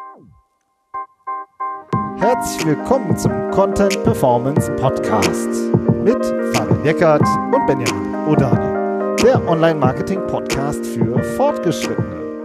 Herzlich willkommen zum Content Performance Podcast mit Fabian Jeckert und Benjamin Odani, der Online-Marketing-Podcast für Fortgeschrittene.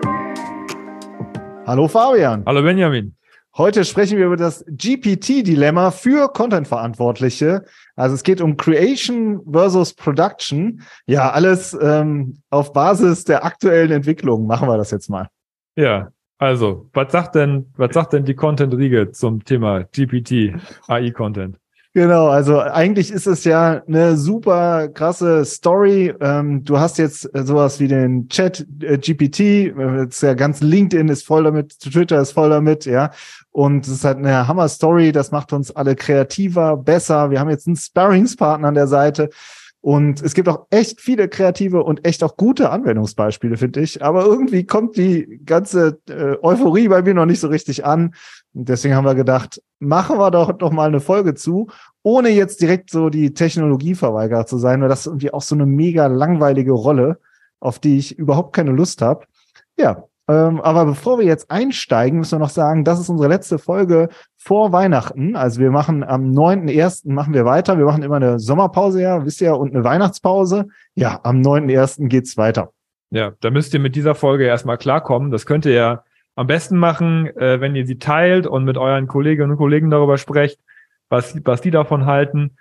Hallo Fabian. Hallo Benjamin. Heute sprechen wir über das GPT-Dilemma für Content-Verantwortliche. Also es geht um Creation versus Production. Ja, alles auf Basis der aktuellen Entwicklung. Machen wir das jetzt mal. Ja, also, was sagt denn die Content-Riege zum Thema GPT, AI-Content? Genau, also eigentlich ist es ja eine super krasse Story. Du hast jetzt sowas wie den Chat GPT, jetzt ja ganz LinkedIn ist voll damit, Twitter ist voll damit, ja. Und es ist halt eine Hammer-Story, das macht uns alle kreativer, besser. Wir haben jetzt einen Sparringspartner an der Seite. Und es gibt auch echt viele kreative und echt auch gute Anwendungsbeispiele, finde ich. Aber irgendwie kommt die ganze Euphorie bei mir noch nicht so richtig an. Und deswegen haben wir gedacht, machen wir doch noch mal eine Folge zu, ohne jetzt direkt so die Technologieverweigerer zu sein, weil das ist irgendwie auch so eine mega langweilige Rolle, auf die ich überhaupt keine Lust habe. Ja, aber bevor wir jetzt einsteigen, müssen wir noch sagen, das ist unsere letzte Folge vor Weihnachten. Also wir machen am 9.1. machen wir weiter. Wir machen immer eine Sommerpause, ja, wisst ihr, und eine Weihnachtspause. Ja, am 9.1. geht's weiter. Ja, da müsst ihr mit dieser Folge erstmal klarkommen. Das könnt ihr ja am besten machen, wenn ihr sie teilt und mit euren Kolleginnen und Kollegen darüber sprecht, was die davon halten.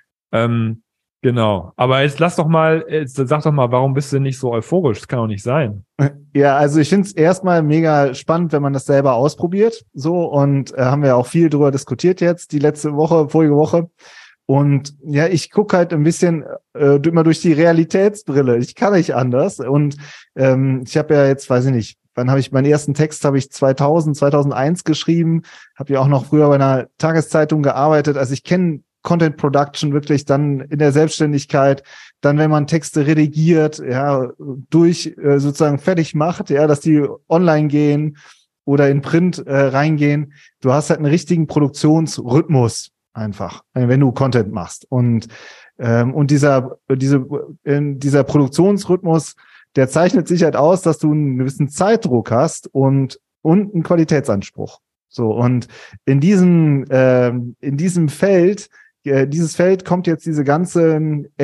Genau. Aber jetzt sag doch mal, warum bist du nicht so euphorisch? Das kann doch nicht sein. Ja, also ich finde es erstmal mega spannend, wenn man das selber ausprobiert. So, und haben wir auch viel drüber diskutiert jetzt, die vorige Woche. Und ja, ich gucke halt ein bisschen immer durch die Realitätsbrille. Ich kann nicht anders. Und ich habe ja jetzt, weiß ich nicht, wann habe ich meinen ersten Text, habe ich 2001 geschrieben, habe ja auch noch früher bei einer Tageszeitung gearbeitet. Also ich kenne Content Production wirklich dann in der Selbstständigkeit, dann wenn man Texte redigiert, ja, durch sozusagen fertig macht, ja, dass die online gehen oder in Print reingehen. Du hast halt einen richtigen Produktionsrhythmus einfach, wenn du Content machst. Und dieser Produktionsrhythmus, der zeichnet sich halt aus, dass du einen gewissen Zeitdruck hast und einen Qualitätsanspruch. So, und in diesem Feld, dieses Feld kommt jetzt diese ganze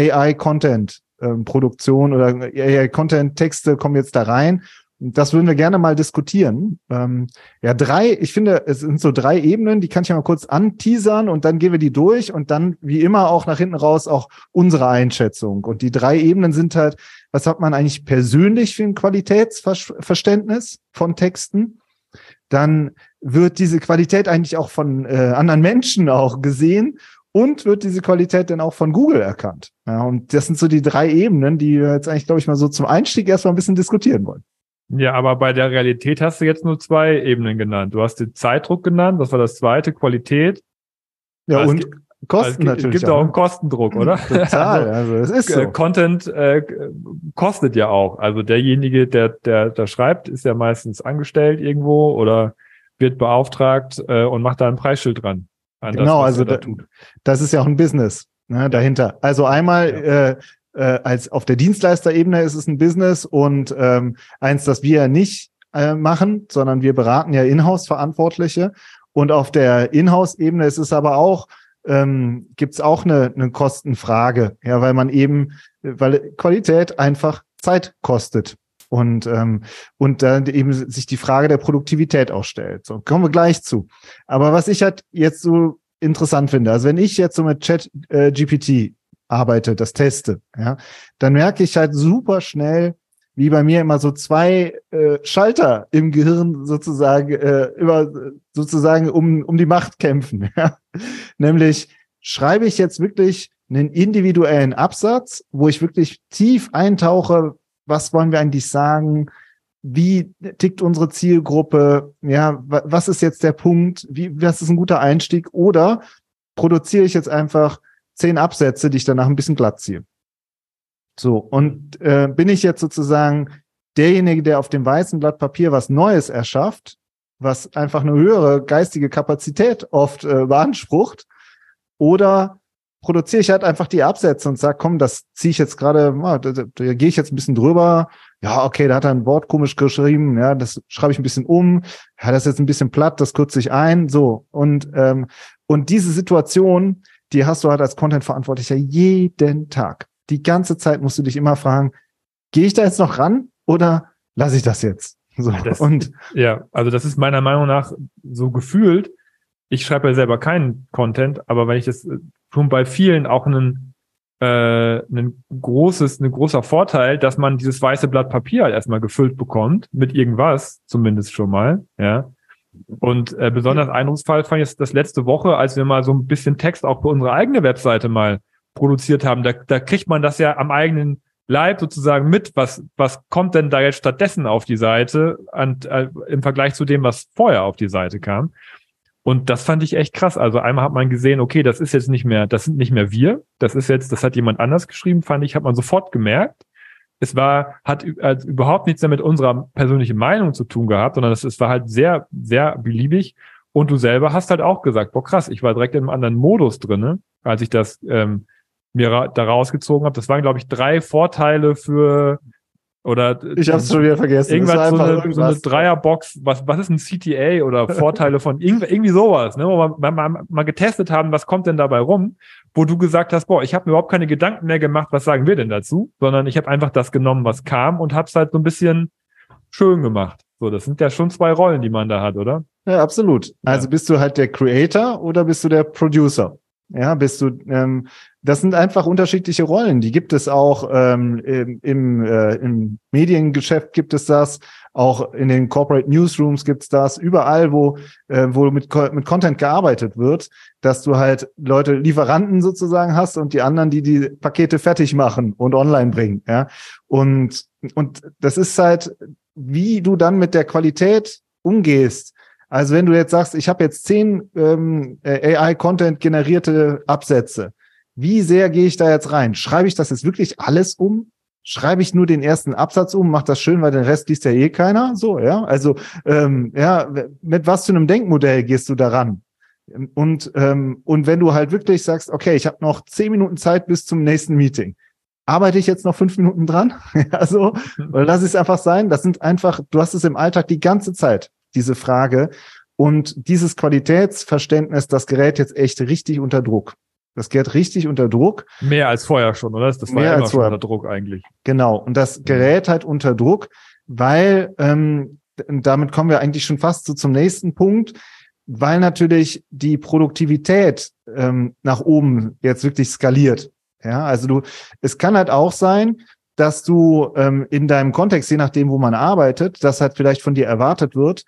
AI-Content-Produktion oder AI-Content-Texte kommen jetzt da rein. Und das würden wir gerne mal diskutieren. Ich finde, es sind so 3 Ebenen, die kann ich ja mal kurz anteasern und dann gehen wir die durch und dann wie immer auch nach hinten raus auch unsere Einschätzung. Und die 3 Ebenen sind halt, was hat man eigentlich persönlich für ein Qualitätsverständnis von Texten? Dann wird diese Qualität eigentlich auch von anderen Menschen auch gesehen. Und wird diese Qualität dann auch von Google erkannt? Ja, und das sind so die 3 Ebenen, die wir jetzt eigentlich, glaube ich, mal so zum Einstieg erstmal ein bisschen diskutieren wollen. Ja, aber bei der Realität hast du jetzt nur 2 Ebenen genannt. Du hast den Zeitdruck genannt, das war das zweite, Qualität. Ja, also und Kosten natürlich. Es gibt auch einen Kostendruck, oder? Total, also es ist so. Content kostet ja auch. Also derjenige, der schreibt, ist ja meistens angestellt irgendwo oder wird beauftragt und macht da ein Preisschild dran. Genau, also das ist ja auch ein Business, ne, dahinter. Also einmal als auf der Dienstleisterebene ist es ein Business und eins, das wir ja nicht machen, sondern wir beraten ja Inhouse-Verantwortliche. Und auf der Inhouse-Ebene ist es aber auch, gibt es auch eine Kostenfrage, ja, weil Qualität einfach Zeit kostet. Und dann eben sich die Frage der Produktivität auch stellt. So, kommen wir gleich zu. Aber was ich halt jetzt so interessant finde, also wenn ich jetzt so mit ChatGPT arbeite, das teste, ja, dann merke ich halt super schnell, wie bei mir immer so 2 Schalter im Gehirn sozusagen um die Macht kämpfen. Ja? Nämlich schreibe ich jetzt wirklich einen individuellen Absatz, wo ich wirklich tief eintauche, was wollen wir eigentlich sagen? Wie tickt unsere Zielgruppe? Ja, was ist jetzt der Punkt? Was ist ein guter Einstieg? Oder produziere ich jetzt einfach 10 Absätze, die ich danach ein bisschen glatt ziehe? So, und bin ich jetzt sozusagen derjenige, der auf dem weißen Blatt Papier was Neues erschafft, was einfach eine höhere geistige Kapazität oft beansprucht? Oder produziere ich halt einfach die Absätze und sage, komm, das ziehe ich jetzt gerade, da gehe ich jetzt ein bisschen drüber, ja, okay, da hat er ein Wort komisch geschrieben, ja, das schreibe ich ein bisschen um, ja, das ist jetzt ein bisschen platt, das kürze ich ein, so. Und diese Situation, die hast du halt als Content-Verantwortlicher jeden Tag. Die ganze Zeit musst du dich immer fragen, gehe ich da jetzt noch ran oder lasse ich das jetzt? So. Also das ist meiner Meinung nach so gefühlt. Ich schreibe ja selber keinen Content, aber wenn ich das schon bei vielen auch ein großer Vorteil, dass man dieses weiße Blatt Papier halt erstmal gefüllt bekommt mit irgendwas, zumindest schon mal, ja. Und besonders eindrucksvoll fand ich das letzte Woche, als wir mal so ein bisschen Text auch für unsere eigene Webseite mal produziert haben. Da kriegt man das ja am eigenen Leib sozusagen mit, was kommt denn da jetzt stattdessen auf die Seite im Vergleich zu dem, was vorher auf die Seite kam. Und das fand ich echt krass. Also einmal hat man gesehen, okay, das sind nicht mehr wir, das hat jemand anders geschrieben, hat man sofort gemerkt. Hat überhaupt nichts mehr mit unserer persönlichen Meinung zu tun gehabt, sondern es war halt sehr, sehr beliebig. Und du selber hast halt auch gesagt, boah krass, ich war direkt in einem anderen Modus drinne, als ich das mir da rausgezogen habe. Das waren, glaube ich, 3 Vorteile ich habe es schon wieder vergessen. Irgendwas so eine Dreierbox, was ist ein CTA oder Vorteile von irgendwie sowas, ne, wo man mal getestet haben, was kommt denn dabei rum, wo du gesagt hast, boah, ich habe mir überhaupt keine Gedanken mehr gemacht, was sagen wir denn dazu, sondern ich habe einfach das genommen, was kam und habe es halt so ein bisschen schön gemacht. So, das sind ja schon 2 Rollen, die man da hat, oder? Ja, absolut. Also bist du halt der Creator oder bist du der Producer? Ja, das sind einfach unterschiedliche Rollen. Die gibt es auch im Mediengeschäft gibt es das, auch in den Corporate Newsrooms gibt es das, überall, wo mit Content gearbeitet wird, dass du halt Lieferanten sozusagen hast und die anderen, die Pakete fertig machen und online bringen. Ja, und das ist halt, wie du dann mit der Qualität umgehst. Also wenn du jetzt sagst, ich habe jetzt 10 AI-Content generierte Absätze, wie sehr gehe ich da jetzt rein? Schreibe ich das jetzt wirklich alles um? Schreibe ich nur den ersten Absatz um? Mach das schön, weil den Rest liest ja eh keiner. So, ja. Also mit was für einem Denkmodell gehst du daran? Und wenn du halt wirklich sagst, okay, ich habe noch 10 Minuten Zeit bis zum nächsten Meeting. Arbeite ich jetzt noch 5 Minuten dran? Also, oder lass es einfach sein. Das sind einfach, du hast es im Alltag die ganze Zeit, diese Frage. Und dieses Qualitätsverständnis, das gerät jetzt echt richtig unter Druck. Das gerät richtig unter Druck. Mehr als vorher schon, oder? Das war ja immer schon unter Druck eigentlich. Genau. Und das gerät halt unter Druck, weil damit kommen wir eigentlich schon fast so zum nächsten Punkt, weil natürlich die Produktivität nach oben jetzt wirklich skaliert. Ja, also es kann halt auch sein, dass du in deinem Kontext, je nachdem, wo man arbeitet, dass halt vielleicht von dir erwartet wird,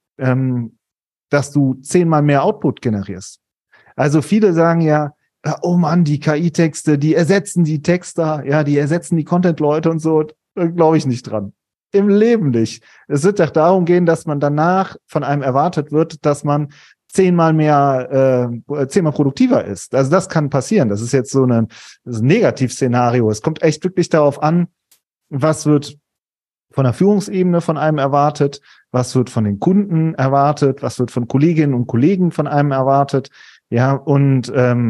dass du 10-mal mehr Output generierst. Also viele sagen ja, oh Mann, die KI-Texte, die ersetzen die Texter, ja, die ersetzen die Content-Leute und so. Da glaube ich nicht dran. Im Leben nicht. Es wird doch darum gehen, dass man danach von einem erwartet wird, dass man 10-mal produktiver ist. Also das kann passieren. Das ist jetzt so ein Negativszenario. Es kommt echt wirklich darauf an, was wird von der Führungsebene von einem erwartet, was wird von den Kunden erwartet, was wird von Kolleginnen und Kollegen von einem erwartet. Ja, und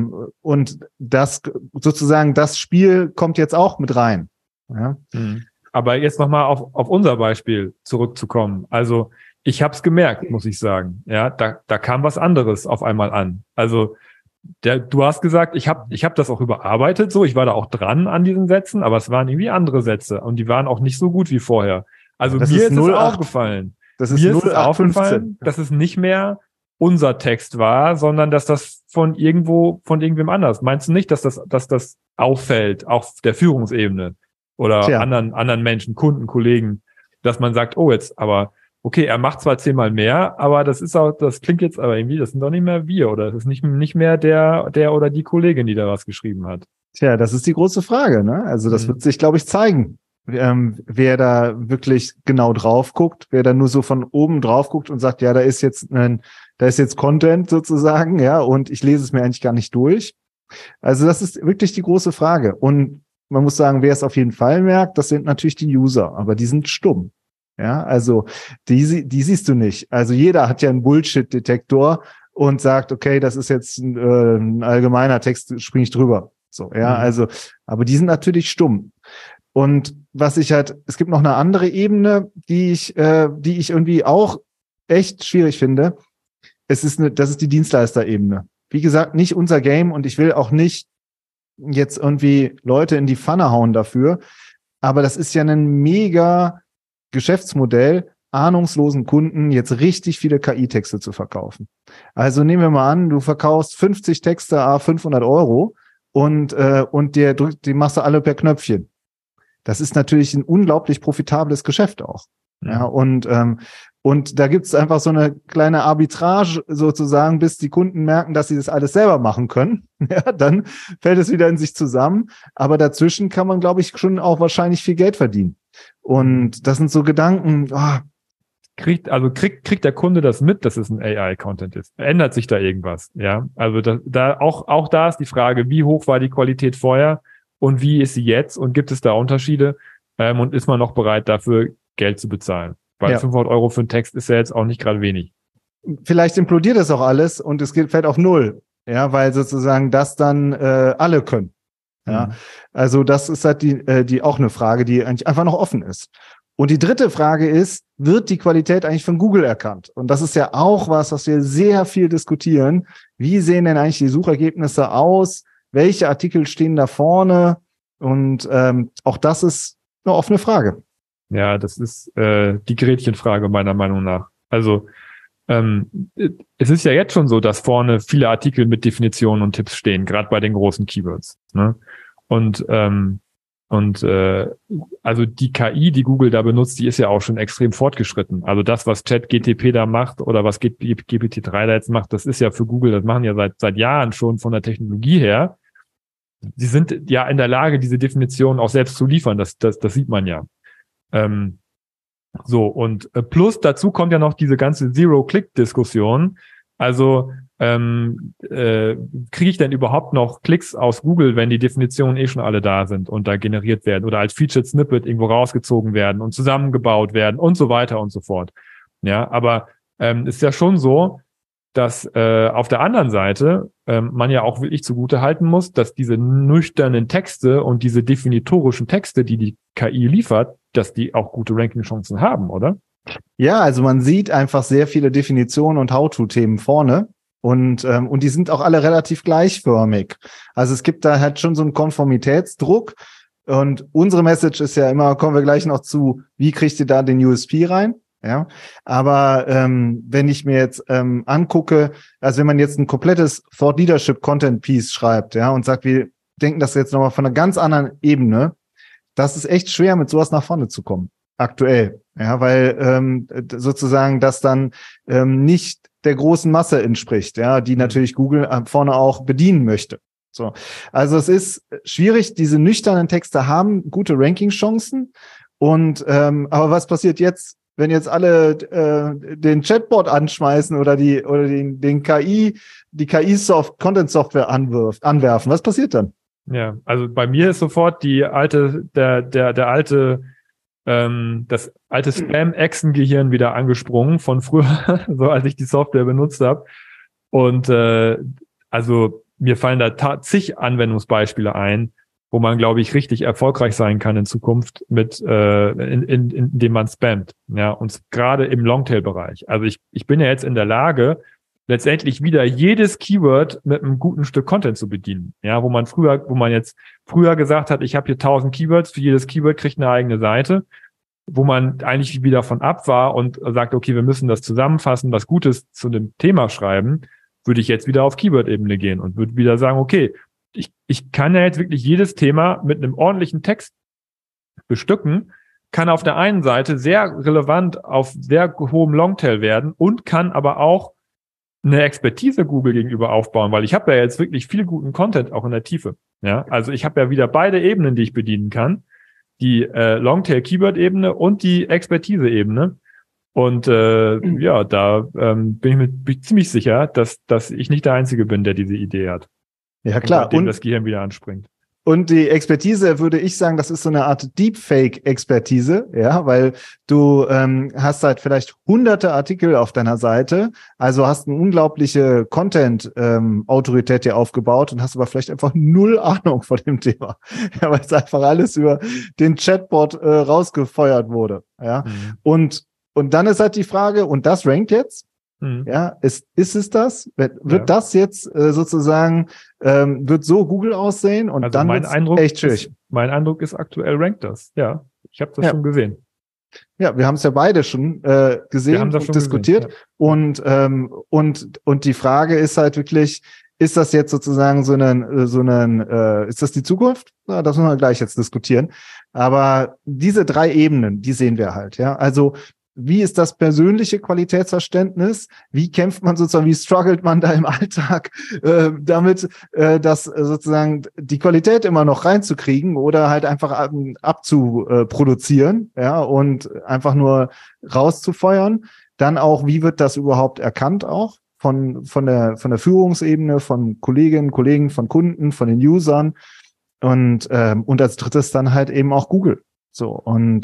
das sozusagen, das Spiel kommt jetzt auch mit rein. Ja. Aber jetzt nochmal auf unser Beispiel zurückzukommen. Also ich habe es gemerkt, muss ich sagen. Ja, da kam was anderes auf einmal an. Also du hast gesagt, ich hab das auch überarbeitet, so, ich war da auch dran an diesen Sätzen, aber es waren irgendwie andere Sätze und die waren auch nicht so gut wie vorher. Also mir ist es aufgefallen. Mir ist es aufgefallen, dass es nicht mehr unser Text war, sondern dass das von irgendwem anders. Meinst du nicht, dass das auffällt, auch der Führungsebene oder anderen Menschen, Kunden, Kollegen, dass man sagt, oh jetzt, aber okay, er macht zwar 10-mal mehr, aber das klingt jetzt aber irgendwie, das sind doch nicht mehr wir oder das ist nicht mehr der oder die Kollegin, die da was geschrieben hat. Tja, das ist die große Frage, ne? Also das wird sich, glaube ich, zeigen, wer da wirklich genau drauf guckt, wer da nur so von oben drauf guckt und sagt, ja, da ist jetzt Content sozusagen, ja, und ich lese es mir eigentlich gar nicht durch. Also das ist wirklich die große Frage. Und man muss sagen, wer es auf jeden Fall merkt, das sind natürlich die User, aber die sind stumm. Ja, also die siehst du nicht. Also jeder hat ja einen Bullshit-Detektor und sagt, okay, das ist jetzt ein allgemeiner Text, springe ich drüber. So, ja, also, aber die sind natürlich stumm. Und was ich halt, es gibt noch eine andere Ebene, die ich irgendwie auch echt schwierig finde. Das ist die Dienstleisterebene. Wie gesagt, nicht unser Game und ich will auch nicht jetzt irgendwie Leute in die Pfanne hauen dafür. Aber das ist ja ein mega Geschäftsmodell, ahnungslosen Kunden jetzt richtig viele KI-Texte zu verkaufen. Also nehmen wir mal an, du verkaufst 50 Texte à 500 € und die machst du alle per Knöpfchen. Das ist natürlich ein unglaublich profitables Geschäft auch. Ja, und da gibt's einfach so eine kleine Arbitrage sozusagen, bis die Kunden merken, dass sie das alles selber machen können. Ja, dann fällt es wieder in sich zusammen. Aber dazwischen kann man, glaube ich, schon auch wahrscheinlich viel Geld verdienen. Und das sind so Gedanken. Kriegt der Kunde das mit, dass es ein AI-Content ist? Ändert sich da irgendwas? Ja, also auch da ist die Frage, wie hoch war die Qualität vorher und wie ist sie jetzt? Und gibt es da Unterschiede? Und ist man noch bereit, dafür Geld zu bezahlen? Weil 500 € für einen Text ist ja jetzt auch nicht gerade wenig. Vielleicht implodiert das auch alles und es fällt auf null. Ja, weil sozusagen das dann alle können. Ja, also das ist halt die auch eine Frage, die eigentlich einfach noch offen ist. Und die dritte Frage ist, wird die Qualität eigentlich von Google erkannt? Und das ist ja auch was wir sehr viel diskutieren. Wie sehen denn eigentlich die Suchergebnisse aus? Welche Artikel stehen da vorne? Und auch das ist eine offene Frage. Ja, das ist die Gretchenfrage meiner Meinung nach. Also es ist ja jetzt schon so, dass vorne viele Artikel mit Definitionen und Tipps stehen, gerade bei den großen Keywords. Ne? Und also die KI, die Google da benutzt, die ist ja auch schon extrem fortgeschritten. Also das, was ChatGPT da macht oder was GPT-3 da jetzt macht, das ist ja für Google, das machen ja seit Jahren schon von der Technologie her. Sie sind ja in der Lage, diese Definition auch selbst zu liefern. Das sieht man ja. So, und plus dazu kommt ja noch diese ganze Zero-Click-Diskussion. Also kriege ich denn überhaupt noch Klicks aus Google, wenn die Definitionen schon alle da sind und da generiert werden oder als Featured Snippet irgendwo rausgezogen werden und zusammengebaut werden und so weiter und so fort. Ja, aber ist ja schon so, dass auf der anderen Seite man ja auch wirklich zugute halten muss, dass diese nüchternen Texte und diese definitorischen Texte, die KI liefert, dass die auch gute Ranking-Chancen haben, oder? Ja, also man sieht einfach sehr viele Definitionen und How-to-Themen vorne und die sind auch alle relativ gleichförmig. Also es gibt da halt schon so einen Konformitätsdruck und unsere Message ist ja immer, kommen wir gleich noch zu, wie kriegt ihr da den USP rein? Ja, aber wenn ich mir jetzt angucke, also wenn man jetzt ein komplettes Thought Leadership Content Piece schreibt, ja, und sagt, wir denken das jetzt nochmal von einer ganz anderen Ebene, das ist echt schwer, mit sowas nach vorne zu kommen, aktuell. Ja, weil sozusagen das dann nicht der großen Masse entspricht, ja, die natürlich Google vorne auch bedienen möchte. So, also es ist schwierig, diese nüchternen Texte haben gute Ranking-Chancen und aber was passiert jetzt? Wenn jetzt alle den Chatbot anschmeißen oder die KI-Content-Software anwerfen, was passiert dann? Ja, also bei mir ist sofort das alte Spam-Echsen-Gehirn wieder angesprungen von früher, so als ich die Software benutzt habe. Und also mir fallen da zig Anwendungsbeispiele ein, wo man, glaube ich, richtig erfolgreich sein kann in Zukunft mit, indem man spammt. Ja, und gerade im Longtail-Bereich. Also ich bin ja jetzt in der Lage, letztendlich wieder jedes Keyword mit einem guten Stück Content zu bedienen. Ja, wo man jetzt früher gesagt hat, ich habe hier 1000 Keywords, für jedes Keyword kriegt eine eigene Seite, wo man eigentlich wieder von ab war und sagt, okay, wir müssen das zusammenfassen, was Gutes zu dem Thema schreiben, würde ich jetzt wieder auf Keyword-Ebene gehen und würde wieder sagen, okay, ich kann ja jetzt wirklich jedes Thema mit einem ordentlichen Text bestücken, kann auf der einen Seite sehr relevant auf sehr hohem Longtail werden und kann aber auch eine Expertise Google gegenüber aufbauen, weil ich habe ja jetzt wirklich viel guten Content auch in der Tiefe. Ja, also ich habe ja wieder beide Ebenen, die ich bedienen kann, die Longtail-Keyword-Ebene und die Expertise-Ebene. Und ja, da bin ich mir ziemlich sicher, dass ich nicht der Einzige bin, der diese Idee hat. Ja, klar. Und das Gehirn wieder anspringt. Und die Expertise, würde ich sagen, das ist so eine Art Deepfake-Expertise, ja, weil du hast halt vielleicht hunderte Artikel auf deiner Seite, also hast eine unglaubliche Content-Autorität dir aufgebaut und hast aber vielleicht einfach null Ahnung von dem Thema, ja, weil es einfach alles über den Chatbot rausgefeuert wurde, ja. Und dann ist halt die Frage, und das rankt jetzt? Ja, ist es das? Wird das jetzt sozusagen, wird so Google aussehen und also dann wird es echt schwierig. Mein Eindruck ist aktuell rankt das. Ja, ich habe das schon gesehen. Ja, wir haben es ja beide schon gesehen und diskutiert. Gesehen, ja. Und die Frage ist halt wirklich, ist das jetzt sozusagen ist das die Zukunft? Ja, das müssen wir gleich jetzt diskutieren. Aber diese 3 Ebenen, die sehen wir halt, ja. Also, wie ist das persönliche Qualitätsverständnis? Wie kämpft man sozusagen, wie struggelt man da im Alltag damit, dass sozusagen die Qualität immer noch reinzukriegen oder halt einfach abzuproduzieren, ja, und einfach nur rauszufeuern? Dann auch, wie wird das überhaupt erkannt auch von der Führungsebene, von Kolleginnen, Kollegen, von Kunden, von den Usern? Und als drittes dann halt eben auch Google. So, und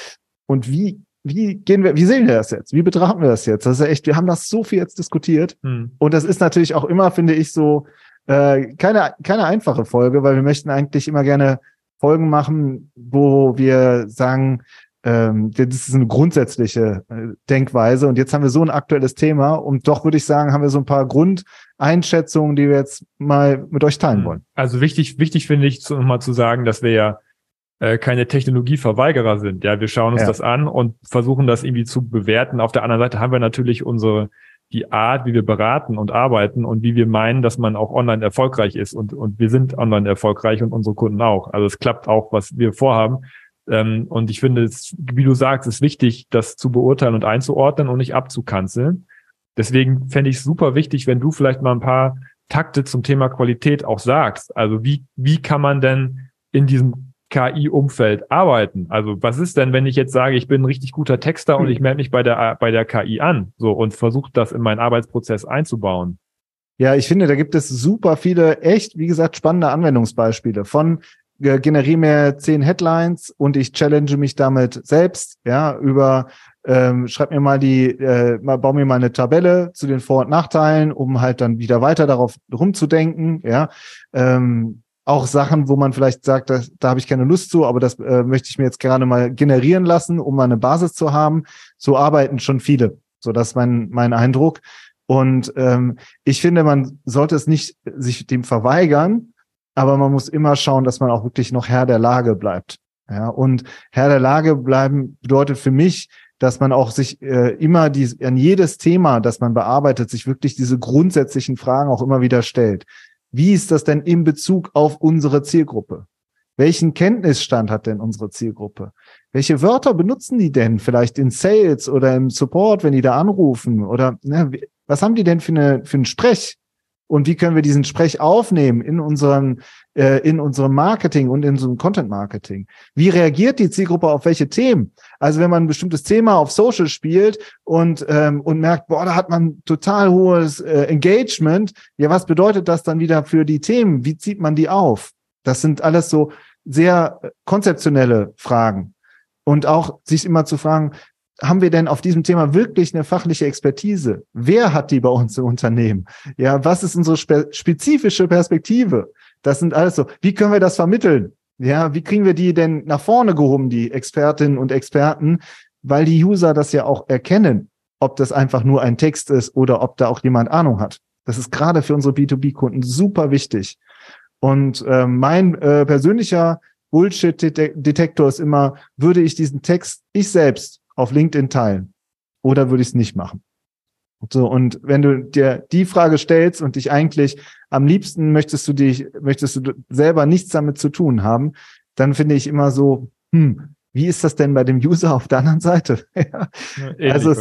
wie sehen wir das jetzt? Wie betrachten wir das jetzt? Das ist ja echt, wir haben das so viel jetzt diskutiert. Und das ist natürlich auch immer, finde ich, so keine einfache Folge, weil wir möchten eigentlich immer gerne Folgen machen, wo wir sagen, das ist eine grundsätzliche Denkweise. Und jetzt haben wir so ein aktuelles Thema und doch würde ich sagen, haben wir so ein paar Grundeinschätzungen, die wir jetzt mal mit euch teilen wollen. Also wichtig finde ich, nochmal zu sagen, dass wir ja keine Technologieverweigerer sind. Ja, wir schauen uns das an und versuchen das irgendwie zu bewerten. Auf der anderen Seite haben wir natürlich die Art, wie wir beraten und arbeiten und wie wir meinen, dass man auch online erfolgreich ist. Und wir sind online erfolgreich und unsere Kunden auch. Also es klappt auch, was wir vorhaben. Und ich finde, wie du sagst, ist wichtig, das zu beurteilen und einzuordnen und nicht abzukanzeln. Deswegen fände ich es super wichtig, wenn du vielleicht mal ein paar Takte zum Thema Qualität auch sagst. Also wie kann man denn in diesem KI-Umfeld arbeiten? Also was ist denn, wenn ich jetzt sage, ich bin ein richtig guter Texter und ich melde mich bei der KI an, so, und versuche das in meinen Arbeitsprozess einzubauen? Ja, ich finde, da gibt es super viele echt, wie gesagt, spannende Anwendungsbeispiele von generiere mir 10 Headlines und ich challenge mich damit selbst, ja, über schreib mir mal bau mir mal eine Tabelle zu den Vor- und Nachteilen, um halt dann wieder weiter darauf rumzudenken, ja. Auch Sachen, wo man vielleicht sagt, da habe ich keine Lust zu, aber das möchte ich mir jetzt gerade mal generieren lassen, um mal eine Basis zu haben. So arbeiten schon viele. So, das ist mein Eindruck. Und ich finde, man sollte es nicht sich dem verweigern, aber man muss immer schauen, dass man auch wirklich noch Herr der Lage bleibt. Ja, und Herr der Lage bleiben bedeutet für mich, dass man auch sich immer an jedes Thema, das man bearbeitet, sich wirklich diese grundsätzlichen Fragen auch immer wieder stellt. Wie ist das denn in Bezug auf unsere Zielgruppe? Welchen Kenntnisstand hat denn unsere Zielgruppe? Welche Wörter benutzen die denn vielleicht in Sales oder im Support, wenn die da anrufen? Oder was haben die denn für einen Sprech? Und wie können wir diesen Sprech aufnehmen in unserem Marketing und in unserem Content-Marketing? Wie reagiert die Zielgruppe auf welche Themen? Also wenn man ein bestimmtes Thema auf Social spielt und merkt, boah, da hat man total hohes Engagement, ja, was bedeutet das dann wieder für die Themen? Wie zieht man die auf? Das sind alles so sehr konzeptionelle Fragen. Und auch sich immer zu fragen, haben wir denn auf diesem Thema wirklich eine fachliche Expertise? Wer hat die bei uns im Unternehmen? Ja, was ist unsere spezifische Perspektive? Das sind alles so. Wie können wir das vermitteln? Ja, wie kriegen wir die denn nach vorne gehoben, die Expertinnen und Experten? Weil die User das ja auch erkennen, ob das einfach nur ein Text ist oder ob da auch jemand Ahnung hat. Das ist gerade für unsere B2B-Kunden super wichtig. Und mein persönlicher Bullshit-Detektor ist immer, würde ich diesen Text ich selbst auf LinkedIn teilen oder würde ich es nicht machen? So, und wenn du dir die Frage stellst und dich eigentlich am liebsten möchtest du selber nichts damit zu tun haben, dann finde ich immer so, wie ist das denn bei dem User auf der anderen Seite? Ja. Also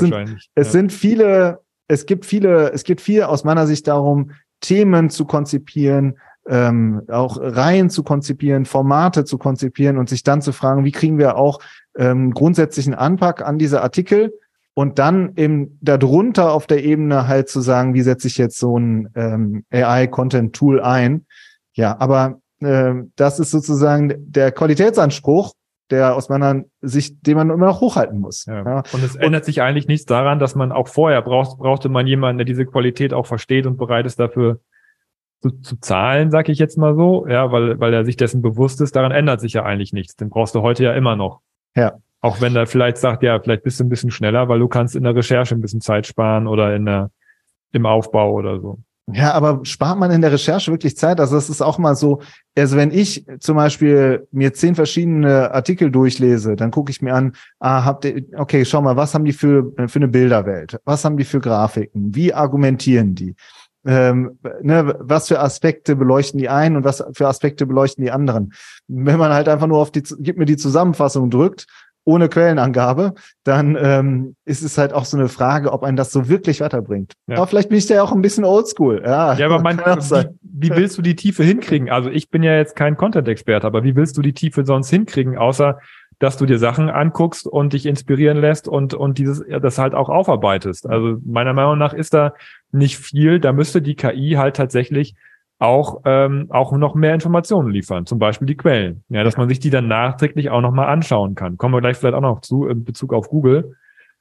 es gibt viel aus meiner Sicht darum, Themen zu konzipieren, auch Reihen zu konzipieren, Formate zu konzipieren und sich dann zu fragen, wie kriegen wir auch grundsätzlichen Anpack an diese Artikel und dann eben darunter auf der Ebene halt zu sagen, wie setze ich jetzt so ein AI-Content-Tool ein. Ja, aber das ist sozusagen der Qualitätsanspruch, der aus meiner Sicht, den man immer noch hochhalten muss. Ja. Ja. Und es ändert sich eigentlich nichts daran, dass man auch vorher brauchte man jemanden, der diese Qualität auch versteht und bereit ist dafür zu zahlen, sag ich jetzt mal so, ja, weil er sich dessen bewusst ist, daran ändert sich ja eigentlich nichts. Den brauchst du heute ja immer noch. Ja. Auch wenn er vielleicht sagt, ja, vielleicht bist du ein bisschen schneller, weil du kannst in der Recherche ein bisschen Zeit sparen oder im Aufbau oder so. Ja, aber spart man in der Recherche wirklich Zeit? Also das ist auch mal so, also wenn ich zum Beispiel mir 10 verschiedene Artikel durchlese, dann gucke ich mir an, okay, schau mal, was haben die für eine Bilderwelt? Was haben die für Grafiken? Wie argumentieren die? Was für Aspekte beleuchten die einen und was für Aspekte beleuchten die anderen? Wenn man halt einfach nur auf gib mir die Zusammenfassung drückt, ohne Quellenangabe, dann ist es halt auch so eine Frage, ob einen das so wirklich weiterbringt. Ja. Aber vielleicht bin ich da ja auch ein bisschen oldschool. Ja, aber wie willst du die Tiefe hinkriegen? Also ich bin ja jetzt kein Content-Experte, aber wie willst du die Tiefe sonst hinkriegen, außer dass du dir Sachen anguckst und dich inspirieren lässt und das halt auch aufarbeitest. Also meiner Meinung nach ist da nicht viel. Da müsste die KI halt tatsächlich auch noch mehr Informationen liefern, zum Beispiel die Quellen. Ja, dass man sich die dann nachträglich auch nochmal anschauen kann. Kommen wir gleich vielleicht auch noch zu in Bezug auf Google.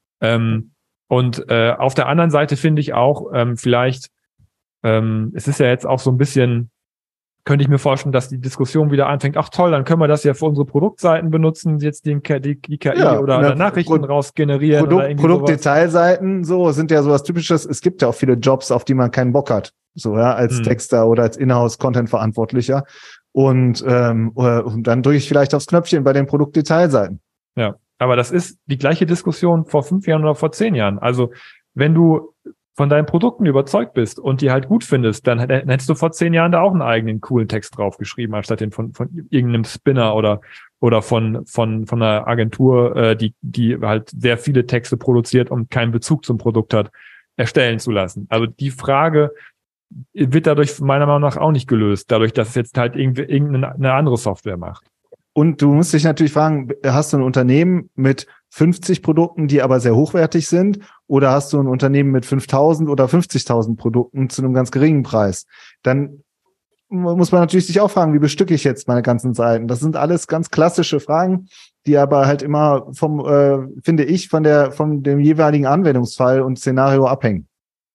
Auf der anderen Seite finde ich auch es ist ja jetzt auch so ein bisschen, könnte ich mir vorstellen, dass die Diskussion wieder anfängt, ach toll, dann können wir das ja für unsere Produktseiten benutzen, jetzt die KI oder Nachrichten raus generieren. Produktdetailseiten, so, sind ja sowas Typisches. Es gibt ja auch viele Jobs, auf die man keinen Bock hat, so, ja, als Texter oder als Inhouse-Content-Verantwortlicher. Und dann drücke ich vielleicht aufs Knöpfchen bei den Produktdetailseiten. Ja, aber das ist die gleiche Diskussion vor 5 Jahren oder vor 10 Jahren. Also, wenn du von deinen Produkten überzeugt bist und die halt gut findest, dann hättest du vor 10 Jahren da auch einen eigenen coolen Text drauf geschrieben, anstatt den von irgendeinem Spinner oder von einer Agentur, die halt sehr viele Texte produziert und keinen Bezug zum Produkt hat, erstellen zu lassen. Also die Frage wird dadurch meiner Meinung nach auch nicht gelöst, dadurch, dass es jetzt halt irgendeine andere Software macht. Und du musst dich natürlich fragen, hast du ein Unternehmen mit 50 Produkten, die aber sehr hochwertig sind, oder hast du ein Unternehmen mit 5.000 oder 50.000 Produkten zu einem ganz geringen Preis? Dann muss man natürlich sich auch fragen, wie bestücke ich jetzt meine ganzen Seiten? Das sind alles ganz klassische Fragen, die aber halt immer finde ich, von dem jeweiligen Anwendungsfall und Szenario abhängen.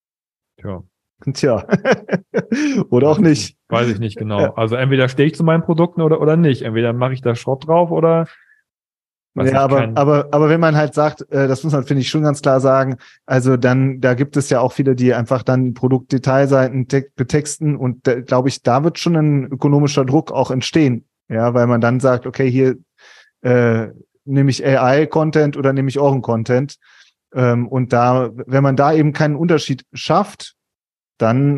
Tja. Oder auch nicht. Weiß ich nicht genau. Ja. Also entweder stehe ich zu meinen Produkten oder nicht. Entweder mache ich da Schrott drauf oder. Ja, aber wenn man halt sagt, das muss man, finde ich, schon ganz klar sagen, also dann, da gibt es ja auch viele, die einfach dann Produktdetailseiten betexten und glaube ich, da wird schon ein ökonomischer Druck auch entstehen. Ja, weil man dann sagt, okay, hier nehme ich AI-Content oder nehme ich Ohren-Content. Und da, wenn man da eben keinen Unterschied schafft, dann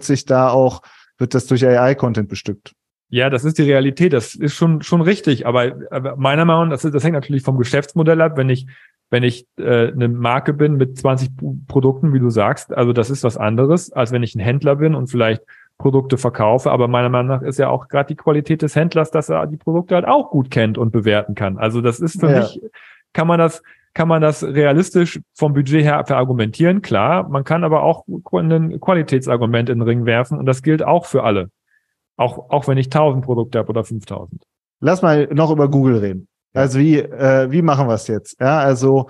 wird das durch AI-Content bestückt. Ja, das ist die Realität, das ist schon richtig, aber meiner Meinung nach, das hängt natürlich vom Geschäftsmodell ab, wenn ich eine Marke bin mit 20 Produkten, wie du sagst, also das ist was anderes, als wenn ich ein Händler bin und vielleicht Produkte verkaufe, aber meiner Meinung nach ist ja auch gerade die Qualität des Händlers, dass er die Produkte halt auch gut kennt und bewerten kann. Also das ist für mich, kann man das realistisch vom Budget her verargumentieren, klar. Man kann aber auch ein Qualitätsargument in den Ring werfen und das gilt auch für alle. Auch wenn ich 1000 Produkte habe oder 5000. Lass mal noch über Google reden. Also wie machen wir es jetzt? Ja, also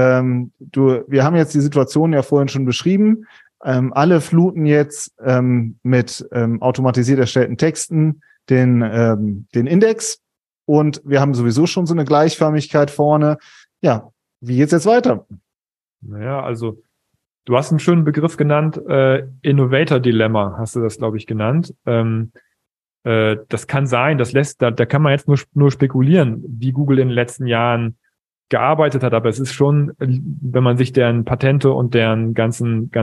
wir haben jetzt die Situation ja vorhin schon beschrieben. Alle fluten jetzt mit automatisiert erstellten Texten den Index und wir haben sowieso schon so eine Gleichförmigkeit vorne. Ja, wie geht's jetzt weiter? Naja, also du hast einen schönen Begriff genannt, Innovator-Dilemma hast du das, glaube ich, genannt. Das kann sein, da kann man jetzt nur spekulieren, wie Google in den letzten Jahren gearbeitet hat, aber es ist schon, wenn man sich deren Patente und deren ganzen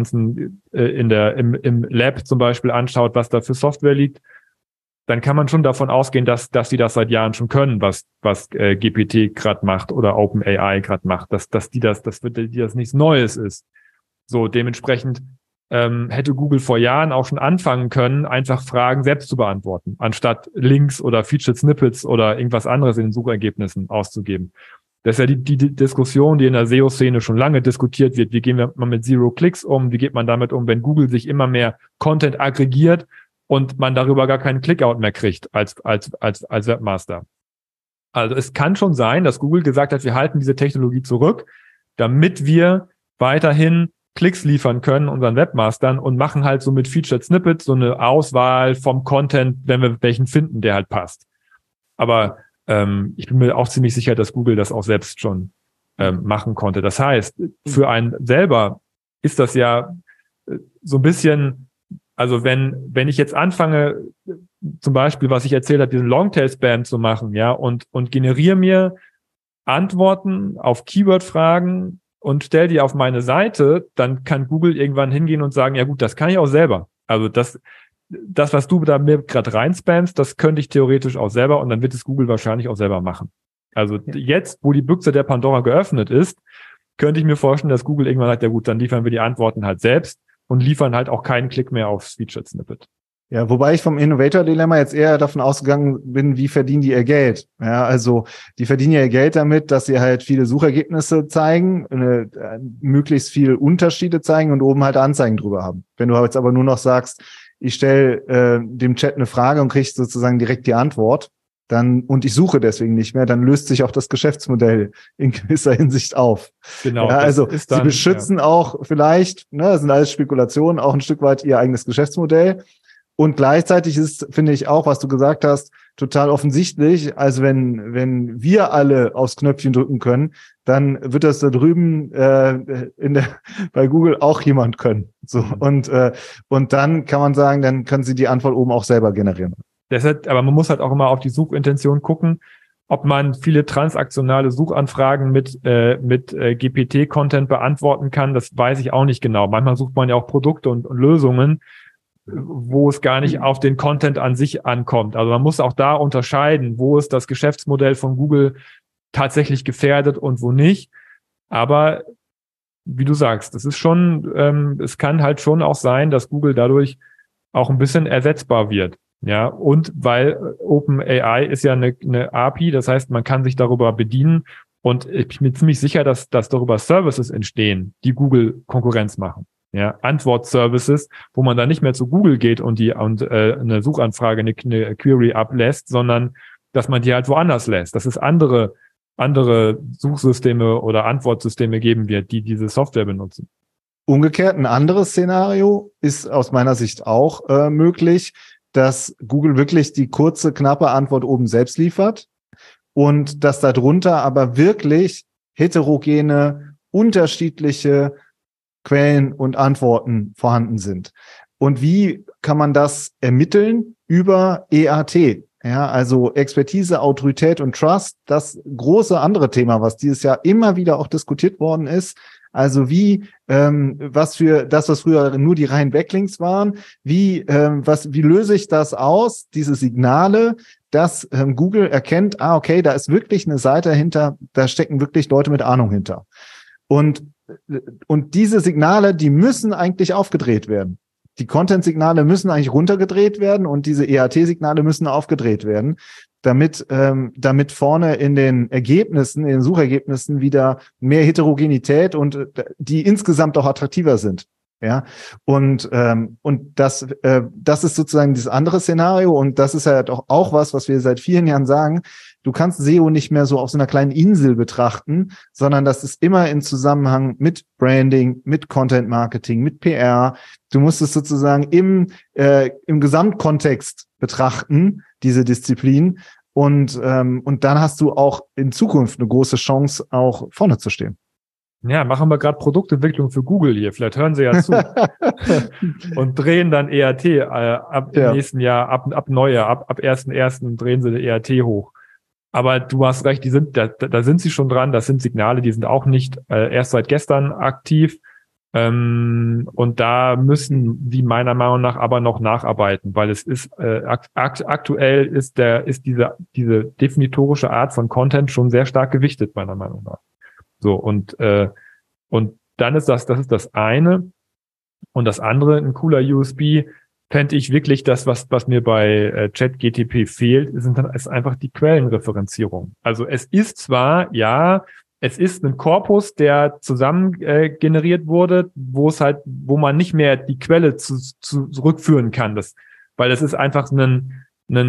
im Lab zum Beispiel anschaut, was da für Software liegt, dann kann man schon davon ausgehen, dass die das seit Jahren schon können, was GPT gerade macht oder OpenAI gerade macht, dass die das nichts Neues ist. So, dementsprechend hätte Google vor Jahren auch schon anfangen können, einfach Fragen selbst zu beantworten, anstatt Links oder Featured Snippets oder irgendwas anderes in den Suchergebnissen auszugeben. Das ist ja die Diskussion, die in der SEO-Szene schon lange diskutiert wird. Wie gehen wir mal mit Zero-Clicks um? Wie geht man damit um, wenn Google sich immer mehr Content aggregiert und man darüber gar keinen Clickout mehr kriegt als Webmaster. Also es kann schon sein, dass Google gesagt hat, wir halten diese Technologie zurück, damit wir weiterhin Klicks liefern können unseren Webmastern und machen halt so mit Featured Snippets so eine Auswahl vom Content, wenn wir welchen finden, der halt passt. Aber ich bin mir auch ziemlich sicher, dass Google das auch selbst schon machen konnte. Das heißt, für einen selber ist das ja so ein bisschen, also wenn ich jetzt anfange, zum Beispiel, was ich erzählt habe, diesen Longtail-Spam zu machen, ja, und generiere mir Antworten auf Keyword-Fragen und stell die auf meine Seite, dann kann Google irgendwann hingehen und sagen, ja gut, das kann ich auch selber. Also das, was du da mir gerade reinspammst, das könnte ich theoretisch auch selber und dann wird es Google wahrscheinlich auch selber machen. Also jetzt, wo die Büchse der Pandora geöffnet ist, könnte ich mir vorstellen, dass Google irgendwann sagt, ja gut, dann liefern wir die Antworten halt selbst und liefern halt auch keinen Klick mehr aufs Featured Snippet. Ja, wobei ich vom Innovator-Dilemma jetzt eher davon ausgegangen bin, wie verdienen die ihr Geld? Ja, also die verdienen ja ihr Geld damit, dass sie halt viele Suchergebnisse zeigen, möglichst viele Unterschiede zeigen und oben halt Anzeigen drüber haben. Wenn du jetzt aber nur noch sagst, ich stelle dem Chat eine Frage und kriege sozusagen direkt die Antwort, dann und ich suche deswegen nicht mehr, dann löst sich auch das Geschäftsmodell in gewisser Hinsicht auf. Genau. Ja, also dann, sie beschützen auch vielleicht, ne, das sind alles Spekulationen, auch ein Stück weit ihr eigenes Geschäftsmodell. Und gleichzeitig ist, finde ich auch, was du gesagt hast, total offensichtlich. Also wenn wir alle aufs Knöpfchen drücken können, dann wird das da drüben bei Google auch jemand können. So und dann kann man sagen, dann können sie die Antwort oben auch selber generieren. Deshalb, aber man muss halt auch immer auf die Suchintention gucken, ob man viele transaktionale Suchanfragen mit GPT-Content beantworten kann. Das weiß ich auch nicht genau. Manchmal sucht man ja auch Produkte und Lösungen, wo es gar nicht auf den Content an sich ankommt. Also man muss auch da unterscheiden, wo ist das Geschäftsmodell von Google tatsächlich gefährdet und wo nicht. Aber wie du sagst, das ist schon, es kann halt schon auch sein, dass Google dadurch auch ein bisschen ersetzbar wird. Ja, und weil OpenAI ist ja eine API, das heißt, man kann sich darüber bedienen und ich bin mir ziemlich sicher, dass darüber Services entstehen, die Google Konkurrenz machen. Ja, Antwortservices, wo man dann nicht mehr zu Google geht und eine Suchanfrage, eine Query ablässt, sondern dass man die halt woanders lässt. Dass es andere Suchsysteme oder Antwortsysteme geben wird, die diese Software benutzen. Umgekehrt, ein anderes Szenario ist aus meiner Sicht auch möglich, dass Google wirklich die kurze, knappe Antwort oben selbst liefert und dass darunter aber wirklich heterogene, unterschiedliche Quellen und Antworten vorhanden sind. Und wie kann man das ermitteln? Über EAT. Ja, also Expertise, Autorität und Trust, das große andere Thema, was dieses Jahr immer wieder auch diskutiert worden ist. Also wie, was früher nur die reinen Backlinks waren, wie löse ich das aus, diese Signale, dass Google erkennt, okay, da ist wirklich eine Seite dahinter, da stecken wirklich Leute mit Ahnung hinter. Und diese Signale, die müssen eigentlich aufgedreht werden. Die Content-Signale müssen eigentlich runtergedreht werden und diese EAT-Signale müssen aufgedreht werden, damit vorne in den Ergebnissen, in den Suchergebnissen wieder mehr Heterogenität und die insgesamt auch attraktiver sind. Ja, und das ist sozusagen dieses andere Szenario und das ist halt auch was wir seit vielen Jahren sagen. Du kannst SEO nicht mehr so auf so einer kleinen Insel betrachten, sondern das ist immer in Zusammenhang mit Branding, mit Content Marketing, mit PR. Du musst es sozusagen im Gesamtkontext betrachten, diese Disziplin. Und dann hast du auch in Zukunft eine große Chance, auch vorne zu stehen. Ja, machen wir gerade Produktentwicklung für Google hier. Vielleicht hören Sie ja zu. Und drehen dann EAT ab im nächsten Jahr, ab Neujahr, ab 1.1. drehen Sie die EAT hoch. Aber du hast recht, da sind sie schon dran. Das sind Signale, die sind auch nicht erst seit gestern aktiv. Und da müssen die meiner Meinung nach aber noch nacharbeiten, weil es ist aktuell ist diese definitorische Art von Content schon sehr stark gewichtet, meiner Meinung nach. So, und dann ist das ist das eine. Und das andere, ein cooler USB, fände ich wirklich das, was mir bei ChatGTP fehlt, ist einfach die Quellenreferenzierung. Also es ist zwar, es ist ein Korpus, der zusammen generiert wurde, wo man nicht mehr die Quelle zurückführen kann. weil es ist einfach ein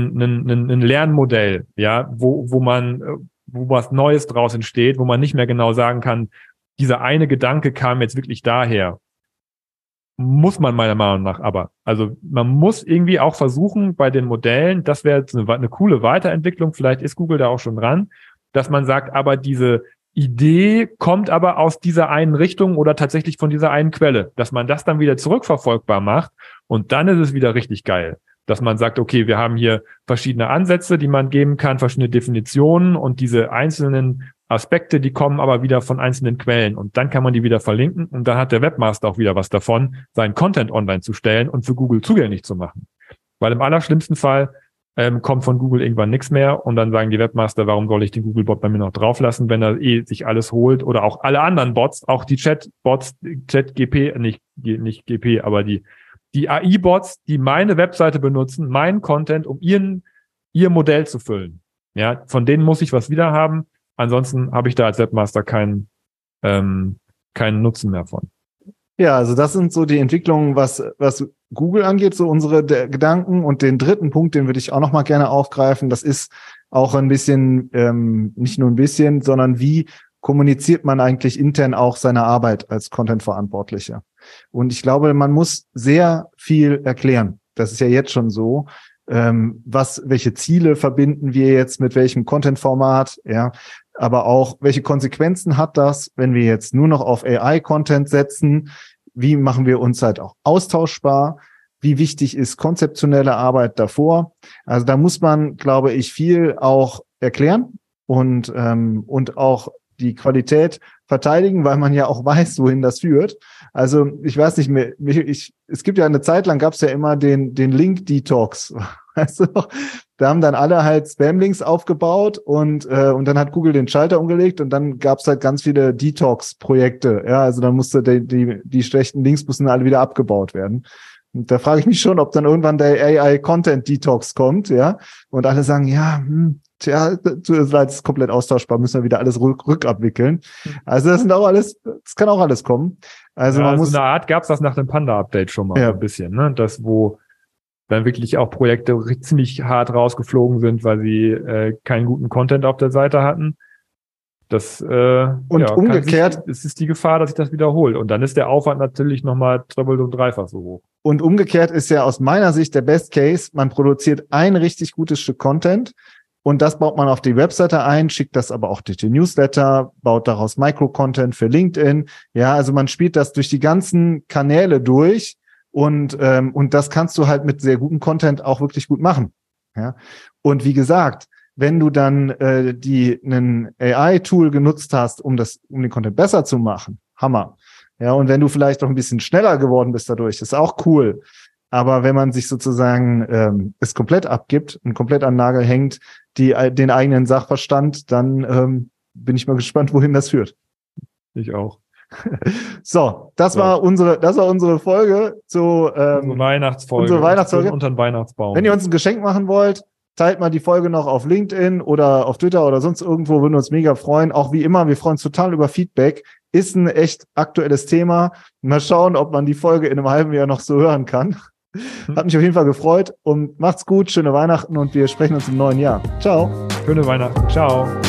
Lernmodell, ja, wo was Neues draus entsteht, wo man nicht mehr genau sagen kann, dieser eine Gedanke kam jetzt wirklich daher. Muss man meiner Meinung nach aber. Also man muss irgendwie auch versuchen bei den Modellen, das wäre jetzt eine coole Weiterentwicklung, vielleicht ist Google da auch schon dran, dass man sagt, aber diese Idee kommt aber aus dieser einen Richtung oder tatsächlich von dieser einen Quelle, dass man das dann wieder zurückverfolgbar macht und dann ist es wieder richtig geil. Dass man sagt, okay, wir haben hier verschiedene Ansätze, die man geben kann, verschiedene Definitionen und diese einzelnen Aspekte, die kommen aber wieder von einzelnen Quellen und dann kann man die wieder verlinken und dann hat der Webmaster auch wieder was davon, seinen Content online zu stellen und für Google zugänglich zu machen. Weil im allerschlimmsten Fall kommt von Google irgendwann nichts mehr und dann sagen die Webmaster, warum soll ich den Google-Bot bei mir noch drauflassen, wenn er sich alles holt oder auch alle anderen Bots, auch die Chat-Bots, Chat-GP, nicht GP, aber die AI-Bots, die meine Webseite benutzen, meinen Content, um ihr Modell zu füllen. Ja, von denen muss ich was wieder haben. Ansonsten habe ich da als Webmaster keinen Nutzen mehr von. Ja, also das sind so die Entwicklungen, was Google angeht, so unsere Gedanken. Und den dritten Punkt, den würde ich auch noch mal gerne aufgreifen, das ist auch ein bisschen, nicht nur ein bisschen, sondern wie kommuniziert man eigentlich intern auch seine Arbeit als Content-Verantwortlicher? Und ich glaube, man muss sehr viel erklären. Das ist ja jetzt schon so. Welche Ziele verbinden wir jetzt mit welchem Content-Format? Ja, aber auch, welche Konsequenzen hat das, wenn wir jetzt nur noch auf AI-Content setzen? Wie machen wir uns halt auch austauschbar? Wie wichtig ist konzeptionelle Arbeit davor? Also da muss man, glaube ich, viel auch erklären und auch die Qualität verteidigen, weil man ja auch weiß, wohin das führt. Also ich weiß nicht mehr, es gibt ja eine Zeit lang, gab es ja immer den Link-Detox. Weißt du noch? Da haben dann alle halt Spam-Links aufgebaut und dann hat Google den Schalter umgelegt und dann gab es halt ganz viele Detox-Projekte. Ja, also dann musste die schlechten Links mussten alle wieder abgebaut werden. Und da frage ich mich schon, ob dann irgendwann der AI-Content-Detox kommt, ja, und alle sagen, ja, das ist komplett austauschbar, müssen wir wieder alles rückabwickeln. Also das kann auch alles kommen. Also man muss so eine Art gab es das nach dem Panda-Update schon mal so ein bisschen, ne? Das, wo dann wirklich auch Projekte ziemlich hart rausgeflogen sind, weil sie keinen guten Content auf der Seite hatten. Das und umgekehrt es ist die Gefahr, dass sich das wiederholt. Und dann ist der Aufwand natürlich nochmal doppelt und dreifach so hoch. Und umgekehrt ist ja aus meiner Sicht der Best Case, man produziert ein richtig gutes Stück Content und das baut man auf die Webseite ein, schickt das aber auch durch den Newsletter, baut daraus Micro-Content für LinkedIn. Ja, also man spielt das durch die ganzen Kanäle durch und das kannst du halt mit sehr gutem Content auch wirklich gut machen. Ja, und wie gesagt, wenn du dann einen AI-Tool genutzt hast, um den Content besser zu machen, Hammer. Ja, und wenn du vielleicht auch ein bisschen schneller geworden bist dadurch, ist auch cool. Aber wenn man sich sozusagen es komplett abgibt und komplett an den Nagel hängt, den eigenen Sachverstand, dann bin ich mal gespannt, wohin das führt. Ich auch. So, das war unsere Folge zu unsere Weihnachtsfolge. Unsere Weihnachtsfolge. Unter den Weihnachtsbaum. Wenn ihr uns ein Geschenk machen wollt, teilt mal die Folge noch auf LinkedIn oder auf Twitter oder sonst irgendwo, würden wir uns mega freuen. Auch wie immer, wir freuen uns total über Feedback. Ist ein echt aktuelles Thema. Mal schauen, ob man die Folge in einem halben Jahr noch so hören kann. Hat mich auf jeden Fall gefreut und macht's gut, schöne Weihnachten und wir sprechen uns im neuen Jahr. Ciao. Schöne Weihnachten. Ciao.